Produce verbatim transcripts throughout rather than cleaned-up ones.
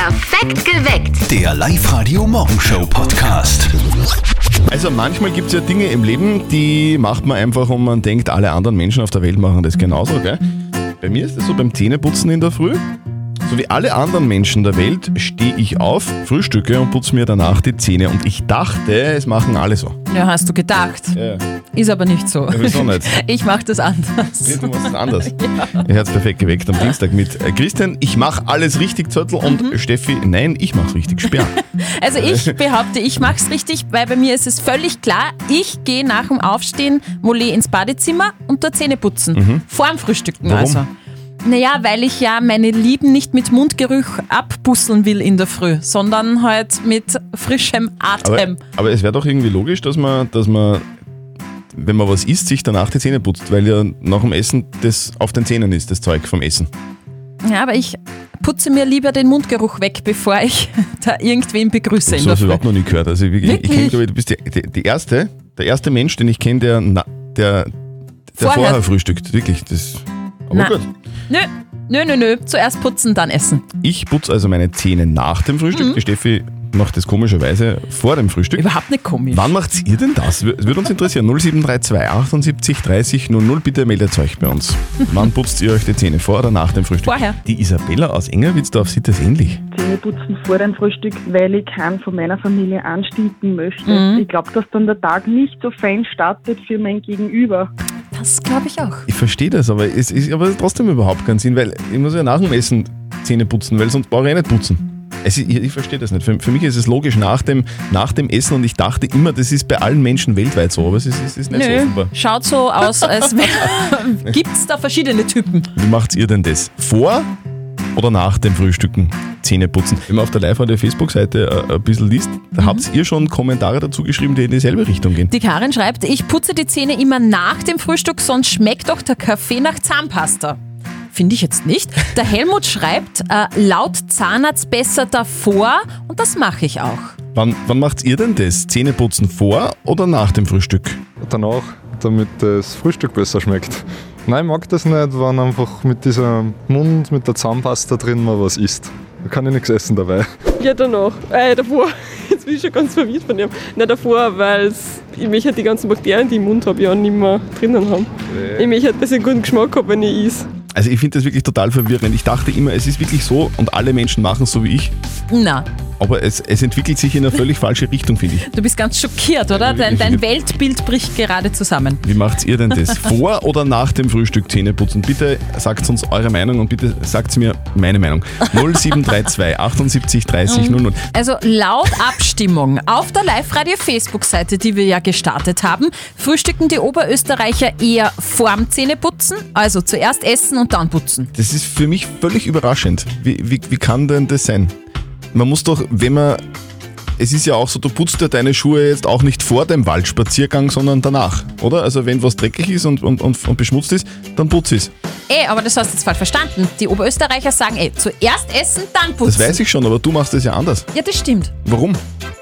Perfekt geweckt. Der Live-Radio-Morgenshow-Podcast. Also manchmal gibt es ja Dinge im Leben, die macht man einfach und man denkt, alle anderen Menschen auf der Welt machen das genauso, gell? Bei mir ist das so beim Zähneputzen in der Früh. So wie alle anderen Menschen der Welt stehe ich auf, frühstücke und putze mir danach die Zähne. Und ich dachte, es machen alle so. Ja, hast du gedacht. Ja. Ist aber nicht so. Ja, wieso nicht? Ich mache das anders. Nee, du machst das anders. Ja. Ihr hört es perfekt geweckt am Dienstag mit Christian, ich mache alles richtig, Zörtl, und mhm. Steffi, nein, ich mache es richtig, Sperr. Also ich behaupte, ich mache es richtig, weil bei mir ist es völlig klar, ich gehe nach dem Aufstehen Mollet ins Badezimmer und da Zähne putzen. Mhm. Vor dem Frühstücken. Warum? Also. Naja, weil ich ja meine Lieben nicht mit Mundgeruch abbusseln will in der Früh, sondern halt mit frischem Atem. Aber, aber es wäre doch irgendwie logisch, dass man, dass man, wenn man was isst, sich danach die Zähne putzt, weil ja nach dem Essen das auf den Zähnen ist, das Zeug vom Essen. Ja, aber ich putze mir lieber den Mundgeruch weg, bevor ich da irgendwen begrüße. So habe ich überhaupt noch nie gehört. Also ich, ich kenne, glaube ich, du bist die, die, die erste, der erste Mensch, den ich kenne, der, der, der vorher. vorher frühstückt. Wirklich, das. Aber Na. gut. Nö, nö, nö, nö. Zuerst putzen, dann essen. Ich putze also meine Zähne nach dem Frühstück. Mhm. Die Steffi macht das komischerweise vor dem Frühstück. Überhaupt nicht komisch. Wann macht ihr denn das? Es würde uns interessieren. null sieben drei zwei achtundsiebzig dreißig null null. Bitte meldet euch bei uns. Wann putzt ihr euch die Zähne? Vor oder nach dem Frühstück? Vorher. Die Isabella aus Engerwitzdorf sieht das ähnlich. Zähne putzen vor dem Frühstück, weil ich keinen von meiner Familie anstinken möchte. Mhm. Ich glaube, dass dann der Tag nicht so fein startet für mein Gegenüber. Das glaube ich auch. Ich verstehe das, aber es ist aber trotzdem überhaupt keinen Sinn, weil ich muss ja nach dem Essen Zähne putzen, weil sonst brauche ich eh nicht putzen. Es ist, ich, ich verstehe das nicht. Für, für mich ist es logisch nach dem, nach dem Essen, und ich dachte immer, das ist bei allen Menschen weltweit so, aber es ist, es ist nicht Nö, so offenbar. Schaut so aus, als gibt es da verschiedene Typen. Wie macht ihr denn das? Vor oder nach dem Frühstücken Zähne putzen? Wenn man auf der Live-Radio-Facebook-Seite ein bisschen liest, da mhm. habt ihr schon Kommentare dazu geschrieben, die in dieselbe Richtung gehen. Die Karin schreibt, ich putze die Zähne immer nach dem Frühstück, sonst schmeckt doch der Kaffee nach Zahnpasta. Finde ich jetzt nicht. Der Helmut schreibt, äh, laut Zahnarzt besser davor, und das mache ich auch. Wann, wann macht ihr denn das? Zähne putzen vor oder nach dem Frühstück? Danach, damit das Frühstück besser schmeckt. Nein, ich mag das nicht, wenn einfach mit diesem Mund, mit der Zahnpasta drin mal was isst. Da kann ich nichts essen dabei. Ja, danach. Äh, davor. Jetzt bin ich schon ganz verwirrt von dem. Nicht davor, weil ich möchte halt die ganzen Bakterien, die ich im Mund habe, ja nicht mehr drinnen haben. Nee. Ich möchte halt, dass ich einen guten Geschmack habe, wenn ich esse. Also ich finde das wirklich total verwirrend. Ich dachte immer, es ist wirklich so und alle Menschen machen es so wie ich. Na. Aber es, es entwickelt sich in eine völlig falsche Richtung, finde ich. Du bist ganz schockiert, oder? Ja, dein, dein Weltbild bricht gerade zusammen. Wie macht ihr denn das? Vor oder nach dem Frühstück Zähne putzen? Bitte sagt uns eure Meinung und bitte sagt mir meine Meinung. null sieben drei zwei achtundsiebzig dreißig null null. Also laut Abstimmung auf der Live-Radio-Facebook-Seite, die wir ja gestartet haben, frühstücken die Oberösterreicher eher vorm Zähneputzen, also zuerst essen und dann putzen. Das ist für mich völlig überraschend. Wie, wie, wie kann denn das sein? Man muss doch, wenn man, es ist ja auch so, du putzt ja deine Schuhe jetzt auch nicht vor dem Waldspaziergang, sondern danach, oder? Also wenn was dreckig ist und, und, und, und beschmutzt ist, dann putz es. Ey, aber das hast du jetzt falsch verstanden. Die Oberösterreicher sagen, ey, zuerst essen, dann putzen. Das weiß ich schon, aber du machst das ja anders. Ja, das stimmt. Warum?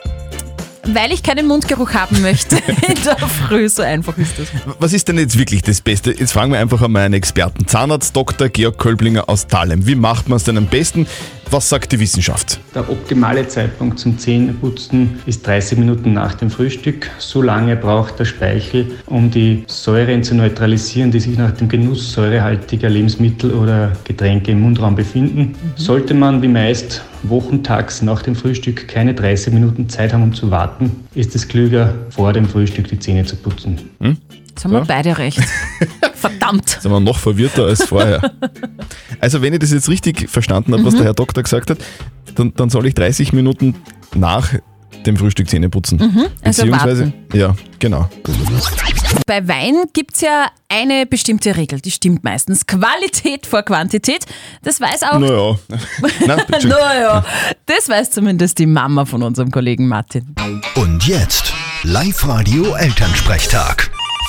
Weil ich keinen Mundgeruch haben möchte in der Früh, so einfach ist das. Was ist denn jetzt wirklich das Beste? Jetzt fragen wir einfach einmal einen Experten. Zahnarzt Doktor Georg Kölblinger aus Thalheim. Wie macht man es denn am besten? Was sagt die Wissenschaft? Der optimale Zeitpunkt zum Zähneputzen ist dreißig Minuten nach dem Frühstück. So lange braucht der Speichel, um die Säuren zu neutralisieren, die sich nach dem Genuss säurehaltiger Lebensmittel oder Getränke im Mundraum befinden. Mhm. Sollte man wie meist wochentags nach dem Frühstück keine dreißig Minuten Zeit haben, um zu warten, ist es klüger, vor dem Frühstück die Zähne zu putzen. Hm? Jetzt haben wir beide recht. Verdammt. Jetzt sind wir noch verwirrter als vorher. Also wenn ich das jetzt richtig verstanden habe, was mhm. der Herr Doktor gesagt hat, dann, dann soll ich dreißig Minuten nach dem Frühstück Zähne putzen. Mhm, also Beziehungsweise, warten. Ja, genau. Bei Wein gibt es ja eine bestimmte Regel, die stimmt meistens. Qualität vor Quantität. Das weiß auch... Naja. Nein, naja, das weiß zumindest die Mama von unserem Kollegen Martin. Und jetzt Live-Radio Elternsprechtag.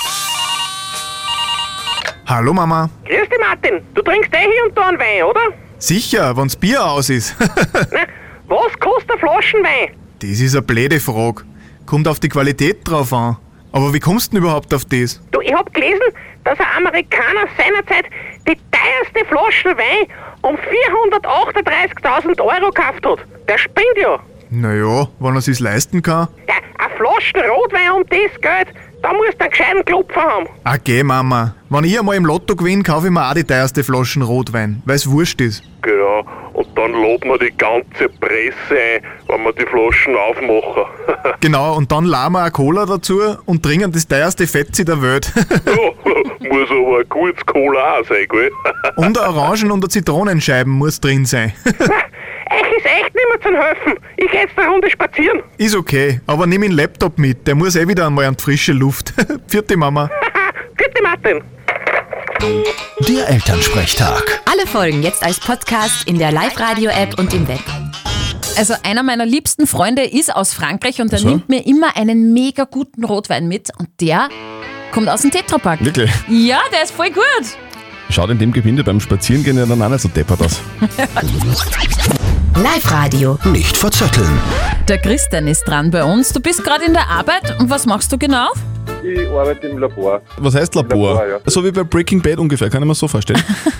Hallo Mama. Grüß dich Martin, du trinkst eh hier und da einen Wein, oder? Sicher, wenn's Bier aus ist. Na, was kostet ein Flaschenwein? Das ist eine blöde Frage. Kommt auf die Qualität drauf an. Aber wie kommst du denn überhaupt auf das? Du, ich hab gelesen, dass ein Amerikaner seinerzeit die teuerste Flasche Wein um vierhundertachtunddreißigtausend Euro gekauft hat. Der spinnt ja. Naja, wenn er sich's leisten kann. Ja, eine Flasche Rotwein um das Geld, da musst du einen gescheiten Klopfer haben. Ah, geh, Mama. Wenn ich einmal im Lotto gewinne, kaufe ich mir auch die teuerste Flaschen Rotwein, weil's wurscht ist. Genau, und dann laden wir die ganze Presse ein, wenn wir die Flaschen aufmachen. Genau, und dann laden wir eine Cola dazu und trinken das teuerste Fetzi der Welt. Ja, muss aber ein gutes Cola auch sein, gell? Und eine Orangen- und eine Zitronenscheiben muss drin sein. Euch ist echt nicht mehr zum Helfen. Ich geh jetzt eine Runde spazieren. Ist okay, aber nimm den Laptop mit, der muss eh wieder einmal an die frische Luft. Vierte Mama. Gute Martin. Der Elternsprechtag. Alle Folgen jetzt als Podcast in der Live-Radio-App und im Web. Also einer meiner liebsten Freunde ist aus Frankreich und der So? nimmt mir immer einen mega guten Rotwein mit und der kommt aus dem Tetrapack. Wirklich? Ja, der ist voll gut. Schaut in dem Gebinde beim Spazierengehen ja dann auch nicht so deppert aus. Live-Radio. Nicht verzetteln. Der Christian ist dran bei uns. Du bist gerade in der Arbeit und was machst du genau? Ich arbeite im Labor. Was heißt Labor? Labor, ja. So wie bei Breaking Bad ungefähr, kann ich mir so vorstellen.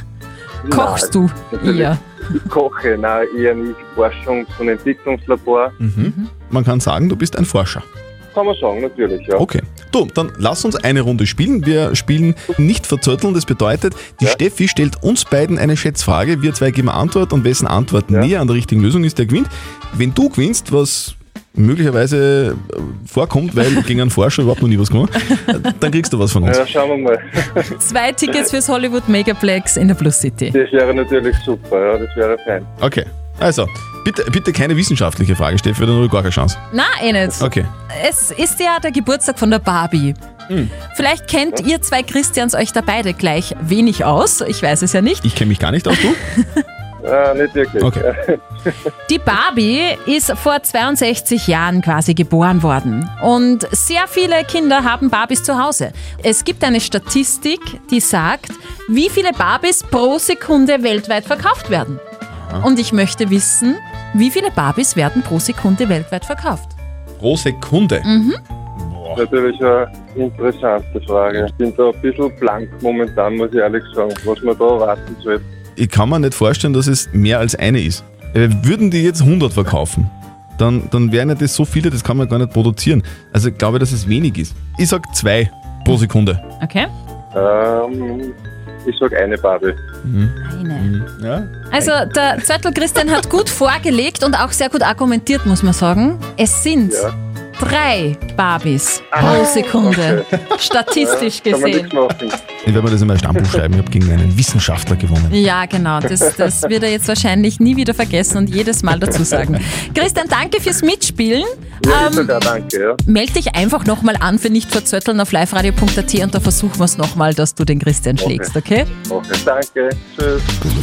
Kochst du eher? Ich koche, nein, eher nicht. Forschungs- und Entwicklungslabor. Mhm. Man kann sagen, du bist ein Forscher. Kann man sagen, natürlich, ja. Okay. Du, dann lass uns eine Runde spielen. Wir spielen nicht verzötteln. Das bedeutet, die Ja. Steffi stellt uns beiden eine Schätzfrage. Wir zwei geben Antwort und wessen Antwort Ja. näher an der richtigen Lösung ist, der gewinnt. Wenn du gewinnst, was möglicherweise äh, vorkommt, weil gegen einen Forscher überhaupt noch nie was gemacht, dann kriegst du was von uns. Ja, schauen wir mal. Zwei Tickets fürs Hollywood Megaplex in der Plus City. Das wäre natürlich super, ja, das wäre fein. Okay. Also, bitte, bitte keine wissenschaftliche Frage, Steffi, dann habe ich gar keine Chance. Na, eh nicht. Okay. Es ist ja der Geburtstag von der Barbie. Hm. Vielleicht kennt ihr zwei Christians euch da beide gleich wenig aus. Ich weiß es ja nicht. Ich kenne mich gar nicht aus, du? Ah, nicht wirklich. Okay. Die Barbie ist vor zweiundsechzig Jahren quasi geboren worden. Und sehr viele Kinder haben Barbies zu Hause. Es gibt eine Statistik, die sagt, wie viele Barbies pro Sekunde weltweit verkauft werden. Und ich möchte wissen, wie viele Barbies werden pro Sekunde weltweit verkauft? Pro Sekunde? Mhm. Natürlich eine interessante Frage. Ich bin da ein bisschen blank momentan, muss ich ehrlich sagen, was man da erwarten soll. Ich kann mir nicht vorstellen, dass es mehr als eine ist. Äh, Würden die jetzt hundert verkaufen, dann, dann wären ja das so viele, das kann man gar nicht produzieren. Also ich glaube, dass es wenig ist. Ich sag zwei pro Sekunde. Okay. Ähm, ich sag eine Barbie. Eine. Ja? Also der Zöttl Christian hat gut vorgelegt und auch sehr gut argumentiert, muss man sagen. Es sind Ja. drei Barbies Ah, pro Sekunde, okay. statistisch Kann man gesehen. nichts machen. Ich werde mir das in mein Stammbuch schreiben. Ich habe gegen einen Wissenschaftler gewonnen. Ja, genau. Das, das wird er jetzt wahrscheinlich nie wieder vergessen und jedes Mal dazu sagen. Christian, danke fürs Mitspielen. Ja, ich Ähm, sogar danke, ja. meld dich einfach nochmal an für nicht verzötteln auf liveradio punkt at und da versuchen wir es nochmal, dass du den Christian schlägst, okay? Okay, danke. Tschüss.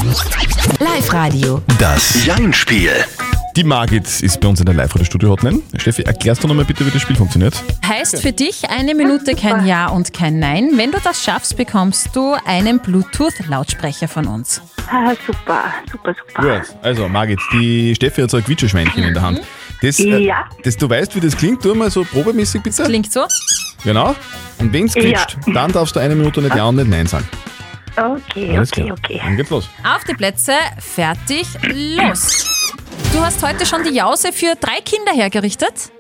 Live-Radio. Das Jein-Spiel. Die Margit ist bei uns in der Live-Radio-Studio-Hotline. Steffi, erklärst du nochmal bitte, wie das Spiel funktioniert? Heißt für dich eine Minute kein Ja und kein Nein. Wenn du das schaffst, bekommst du einen Bluetooth-Lautsprecher von uns. Ah, super, super, super. Gut, also Margit, die Steffi hat so ein Quietscheschweinchen in der Hand. Das, äh, Ja. das, du weißt, wie das klingt, tu mal so probemäßig bitte. Klingt so? Genau. Und wenn es quietscht, Ja. dann darfst du eine Minute nicht Ja und nicht Nein sagen. Okay, Alles okay, klar. okay. Dann geht's los. Auf die Plätze, fertig, los. Du hast heute schon die Jause für drei Kinder hergerichtet.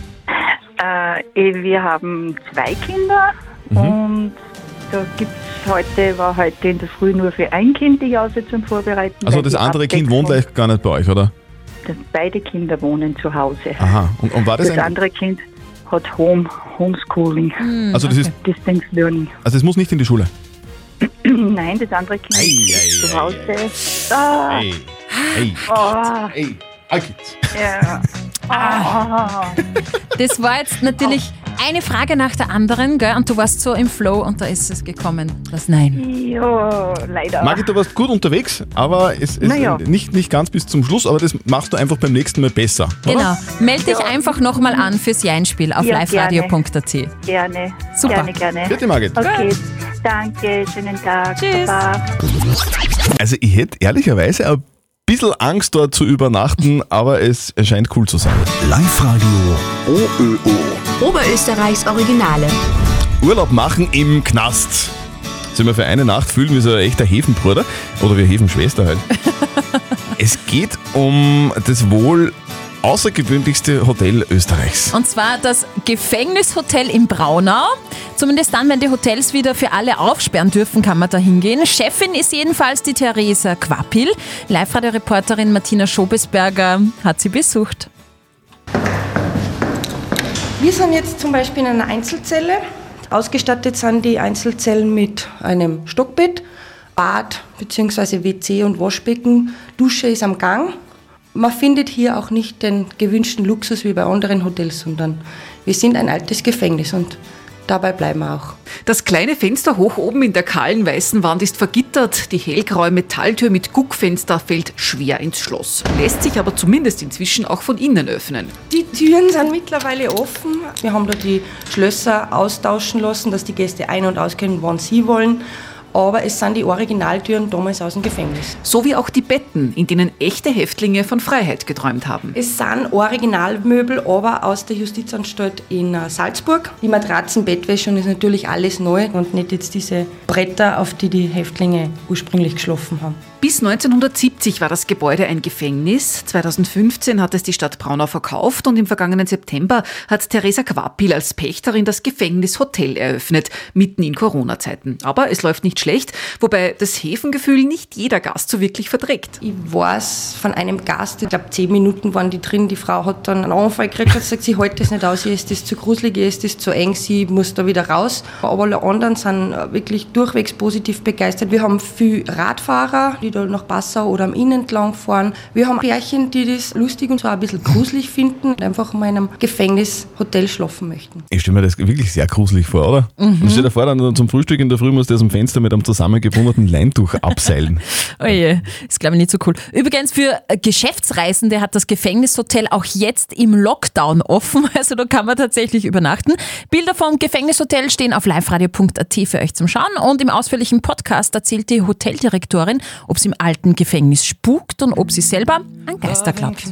Äh, wir haben zwei Kinder Mhm. und da gibt's heute, war heute in der Früh nur für ein Kind die Jause zum Vorbereiten. Also weil das die andere Kind wohnt Abwechslung- gleich gar nicht bei euch, oder? Das- Beide Kinder wohnen zu Hause. Aha. Und, und war das Das ein... andere Kind hat Home, Homeschooling, Also das ist... Distance Learning. Also es muss nicht in die Schule. Nein, das andere Kind Ei, ist ei, zu ei, Hause. ei. Ah, Hey. Hey. ah, Hey. Kids. ja. Ah. Das war jetzt natürlich eine Frage nach der anderen, gell? Und du warst so im Flow und da ist es gekommen, das Nein. Ja, leider. Margit, du warst gut unterwegs, aber es ist Naja. nicht, nicht ganz bis zum Schluss, aber das machst du einfach beim nächsten Mal besser. Oder? Genau. Meld dich Ja. einfach nochmal an fürs Jein-Spiel auf Ja, liveradio punkt at. Gerne, Super. gerne, gerne. Bitte, Margit. Okay, danke, schönen Tag. Tschüss. Baba. Also ich hätte ehrlicherweise ein bisschen Angst dort zu übernachten, aber es scheint cool zu sein. Live-Radio O Ö O. Oberösterreichs Originale. Urlaub machen im Knast. sich mal für eine Nacht fühlen wie so ein echter Hefenbruder oder wie eine Hefenschwester halt. Es geht um das wohl außergewöhnlichste Hotel Österreichs. Und zwar das Gefängnishotel in Braunau. Zumindest dann, wenn die Hotels wieder für alle aufsperren dürfen, kann man da hingehen. Chefin ist jedenfalls die Theresa Quapil. Live-Radio-Reporterin Martina Schobesberger hat sie besucht. Wir sind jetzt zum Beispiel in einer Einzelzelle. Ausgestattet sind die Einzelzellen mit einem Stockbett, Bad bzw. W C und Waschbecken. Dusche ist am Gang. Man findet hier auch nicht den gewünschten Luxus wie bei anderen Hotels, sondern wir sind ein altes Gefängnis und dabei bleiben wir auch. Das kleine Fenster hoch oben in der kahlen weißen Wand ist vergittert. Die hellgraue Metalltür mit Guckfenster fällt schwer ins Schloss. Lässt sich aber zumindest inzwischen auch von innen öffnen. Die Türen sind mittlerweile offen. Wir haben da die Schlösser austauschen lassen, dass die Gäste ein- und ausgehen, wann sie wollen. Aber es sind die Originaltüren damals aus dem Gefängnis. So wie auch die Betten, in denen echte Häftlinge von Freiheit geträumt haben. Es sind Originalmöbel, aber aus der Justizanstalt in Salzburg. Die Matratzen, Bettwäsche ist natürlich alles neu und nicht jetzt diese Bretter, auf die die Häftlinge ursprünglich geschlafen haben. Bis neunzehnhundertsiebzig war das Gebäude ein Gefängnis. zweitausendfünfzehn hat es die Stadt Braunau verkauft und im vergangenen September hat Theresa Quapil als Pächterin das Gefängnishotel eröffnet, mitten in Corona-Zeiten. Aber es läuft nicht schlecht, wobei das Häfengefühl nicht jeder Gast so wirklich verträgt. Ich weiß von einem Gast, ich glaube zehn Minuten waren die drin, die Frau hat dann einen Anfall gekriegt, hat gesagt, sie hält das nicht aus, ihr ist das zu gruselig, ihr ist das zu eng, sie muss da wieder raus. Aber alle anderen sind wirklich durchwegs positiv begeistert. Wir haben viele Radfahrer, die da nach Passau oder am Inn entlang fahren. Wir haben Pärchen, die das lustig und zwar ein bisschen gruselig finden und einfach mal in einem Gefängnishotel schlafen möchten. Ich stelle mir das wirklich sehr gruselig vor, oder? Mhm. Und stell dir vor, dann zum Frühstück in der Früh musst du aus dem Fenster mit einem zusammengebundenen Leintuch abseilen. Oh je, ist glaube ich nicht so cool. Übrigens für Geschäftsreisende hat das Gefängnishotel auch jetzt im Lockdown offen, also da kann man tatsächlich übernachten. Bilder vom Gefängnishotel stehen auf liveradio punkt at für euch zum Schauen und im ausführlichen Podcast erzählt die Hoteldirektorin, ob es im alten Gefängnis spukt und ob sie selber an Geister glaubt.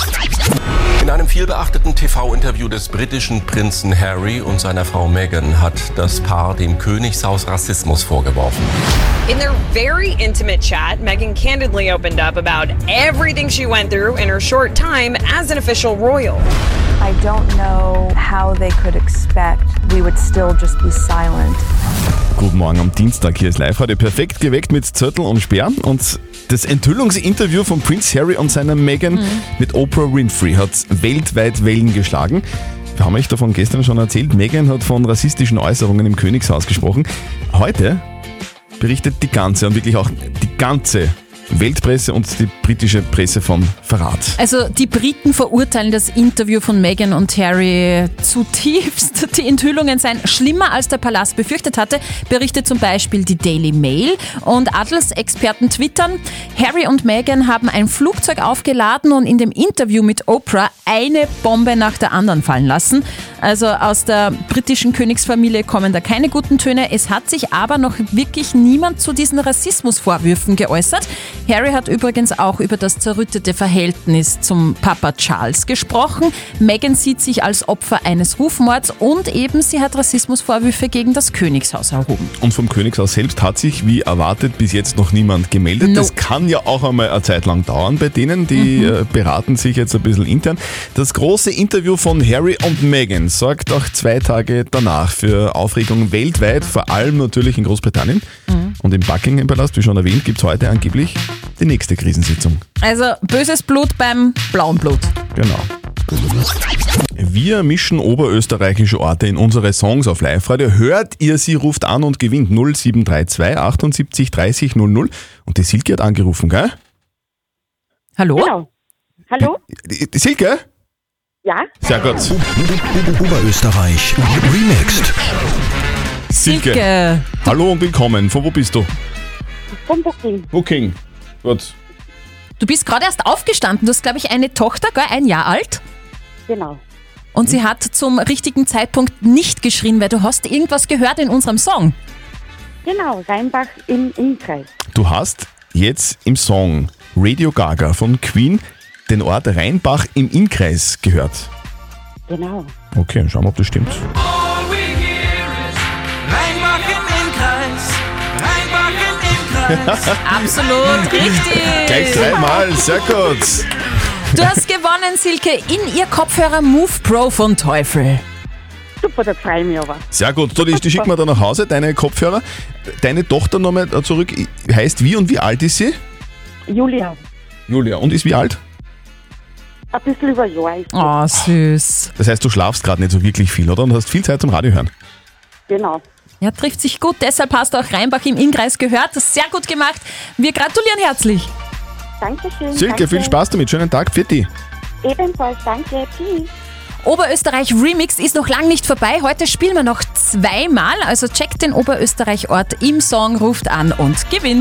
In einem vielbeachteten T V-Interview des britischen Prinzen Harry und seiner Frau Meghan hat das Paar dem Königshaus Rassismus vorgeworfen. In their very intimate chat, Meghan candidly opened up about everything she went through in her short time as an official royal. I don't know how they could expect we would still just be silent. Guten Morgen am Dienstag, hier ist Live-Radio perfekt geweckt mit Zörtel und Speer und das Enthüllungsinterview von Prince Harry und seiner Meghan mhm. mit Oprah Winfrey hat weltweit Wellen geschlagen. Wir haben euch davon gestern schon erzählt, Meghan hat von rassistischen Äußerungen im Königshaus gesprochen. Heute berichtet die ganze und wirklich auch die ganze Weltpresse und die britische Presse von Verrat. Also die Briten verurteilen das Interview von Meghan und Harry zutiefst. Die Enthüllungen seien schlimmer, als der Palast befürchtet hatte, berichtet zum Beispiel die Daily Mail. Und Adelsexperten twittern, Harry und Meghan haben ein Flugzeug aufgeladen und in dem Interview mit Oprah eine Bombe nach der anderen fallen lassen. Also aus der britischen Königsfamilie kommen da keine guten Töne. Es hat sich aber noch wirklich niemand zu diesen Rassismusvorwürfen geäußert. Harry hat übrigens auch über das zerrüttete Verhältnis zum Papa Charles gesprochen. Meghan sieht sich als Opfer eines Rufmords und eben sie hat Rassismusvorwürfe gegen das Königshaus erhoben. Und vom Königshaus selbst hat sich, wie erwartet, bis jetzt noch niemand gemeldet. No. Das kann ja auch einmal eine Zeit lang dauern bei denen, die mhm. beraten sich jetzt ein bisschen intern. Das große Interview von Harry und Meghan sorgt auch zwei Tage danach für Aufregung weltweit, vor allem natürlich in Großbritannien. Mhm. Und im Buckingham Palast, wie schon erwähnt, gibt es heute angeblich die nächste Krisensitzung. Also böses Blut beim blauen Blut. Genau. Wir mischen oberösterreichische Orte in unsere Songs auf Live-Radio. Hört ihr sie, ruft an und gewinnt null sieben drei zwei achtundsiebzig dreißig null null. Und die Silke hat angerufen, gell? Hallo? Genau. Hallo? Die, die Silke? Ja? Sehr gut. Oberösterreich remixed. Silke. Silke. Hallo und willkommen. Von wo bist du? Vom Booking. Booking. Gut. Du bist gerade erst aufgestanden. Du hast, glaube ich, eine Tochter, gell? Ein Jahr alt. Genau. Und sie hat zum richtigen Zeitpunkt nicht geschrien, weil du hast irgendwas gehört in unserem Song. Genau, Rheinbach im Innkreis. Du hast jetzt im Song Radio Gaga von Queen den Ort Rheinbach im Innkreis gehört. Genau. Okay, schauen wir, ob das stimmt. Rheinbach im Innkreis, Absolut richtig. Gleich dreimal, sehr gut. Du hast gewonnen, Silke, in ihr Kopfhörer Move Pro von Teufel. Super, da freue ich mich aber. Sehr gut. So, die, die schicken wir dann nach Hause, deine Kopfhörer. Deine Tochter nochmal zurück, heißt wie und wie alt ist sie? Julia, Julia. Und ist wie alt? ein bisschen über ein Jahr ist sie. Oh, süß. Das heißt, du schlafst gerade nicht so wirklich viel, oder? Und hast viel Zeit zum Radio hören. Genau. Ja, trifft sich gut. Deshalb hast du auch Rheinbach im Innkreis gehört. Das ist sehr gut gemacht. Wir gratulieren herzlich. Dankeschön. Silke, danke. viel Spaß damit. Schönen Tag. Pfiat. Ebenfalls, danke. Tschüss. Oberösterreich Remix ist noch lang nicht vorbei. Heute spielen wir noch zweimal. Also checkt den Oberösterreich-Ort im Song, ruft an und gewinnt.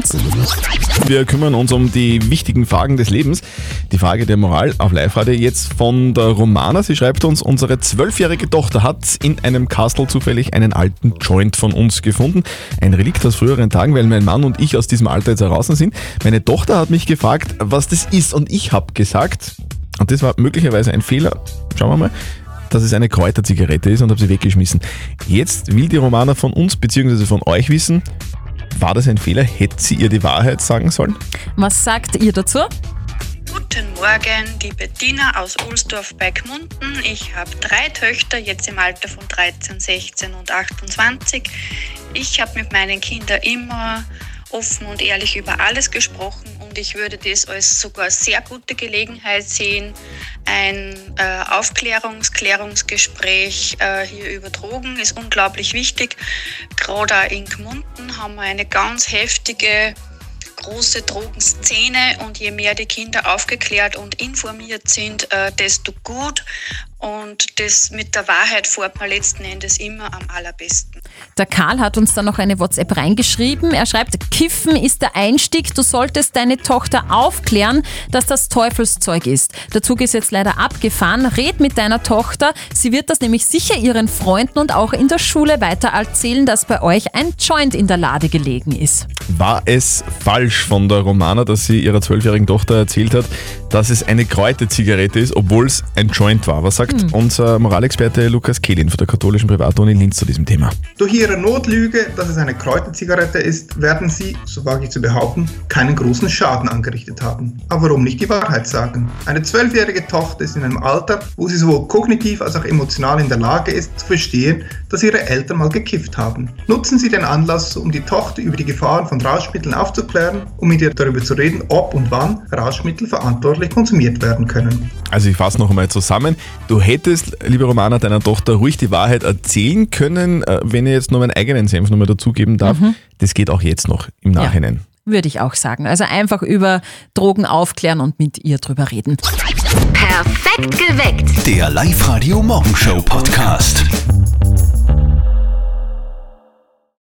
Wir kümmern uns um die wichtigen Fragen des Lebens. Die Frage der Moral auf Live-Radio jetzt von der Romana. Sie schreibt uns, unsere zwölfjährige Tochter hat in einem Kastel zufällig einen alten Joint von uns gefunden. Ein Relikt aus früheren Tagen, weil mein Mann und ich aus diesem Alter jetzt heraus sind. Meine Tochter hat mich gefragt, was das ist, und ich habe gesagt, und das war möglicherweise ein Fehler, schauen wir mal, dass es eine Kräuterzigarette ist, und habe sie weggeschmissen. Jetzt will die Romana von uns bzw. von euch wissen, war das ein Fehler? Hätte sie ihr die Wahrheit sagen sollen? Was sagt ihr dazu? Guten Morgen, die Bettina aus Ohlsdorf bei Gmunden. Ich habe drei Töchter, jetzt im Alter von dreizehn, sechzehn und achtundzwanzig. Ich habe mit meinen Kindern immer offen und ehrlich über alles gesprochen, und ich würde das als sogar sehr gute Gelegenheit sehen, ein äh, Aufklärungs-, Klärungsgespräch äh, hier über Drogen ist unglaublich wichtig. Gerade auch in Gmunden haben wir eine ganz heftige, große Drogenszene, und je mehr die Kinder aufgeklärt und informiert sind, äh, desto gut. Und das mit der Wahrheit fährt man letzten Endes immer am allerbesten. Der Karl hat uns dann noch eine WhatsApp reingeschrieben. Er schreibt, Kiffen ist der Einstieg. Du solltest deine Tochter aufklären, dass das Teufelszeug ist. Der Zug ist jetzt leider abgefahren. Red mit deiner Tochter. Sie wird das nämlich sicher ihren Freunden und auch in der Schule weiter erzählen, dass bei euch ein Joint in der Lade gelegen ist. War es falsch von der Romana, dass sie ihrer zwölfjährigen Tochter erzählt hat, dass es eine Kräuterzigarette ist, obwohl es ein Joint war? Was sagt hm. unser Moralexperte Lukas Kehlin von der katholischen Privatuni Linz zu diesem Thema? Durch ihre Notlüge, dass es eine Kräuterzigarette ist, werden sie, so wage ich zu behaupten, keinen großen Schaden angerichtet haben. Aber warum nicht die Wahrheit sagen? Eine zwölfjährige Tochter ist in einem Alter, wo sie sowohl kognitiv als auch emotional in der Lage ist, zu verstehen, dass ihre Eltern mal gekifft haben. Nutzen Sie den Anlass, um die Tochter über die Gefahren von Rauschmitteln aufzuklären und mit ihr darüber zu reden, ob und wann Rauschmittel verantwortlich konsumiert werden können. Also ich fasse noch einmal zusammen. Du hättest, liebe Romana, deiner Tochter ruhig die Wahrheit erzählen können, wenn ich jetzt nur meinen eigenen Senf nochmal dazugeben darf. Mhm. Das geht auch jetzt noch im Nachhinein. Ja, würde ich auch sagen. Also einfach über Drogen aufklären und mit ihr drüber reden. Perfekt geweckt. Der Live-Radio Morgenshow Podcast.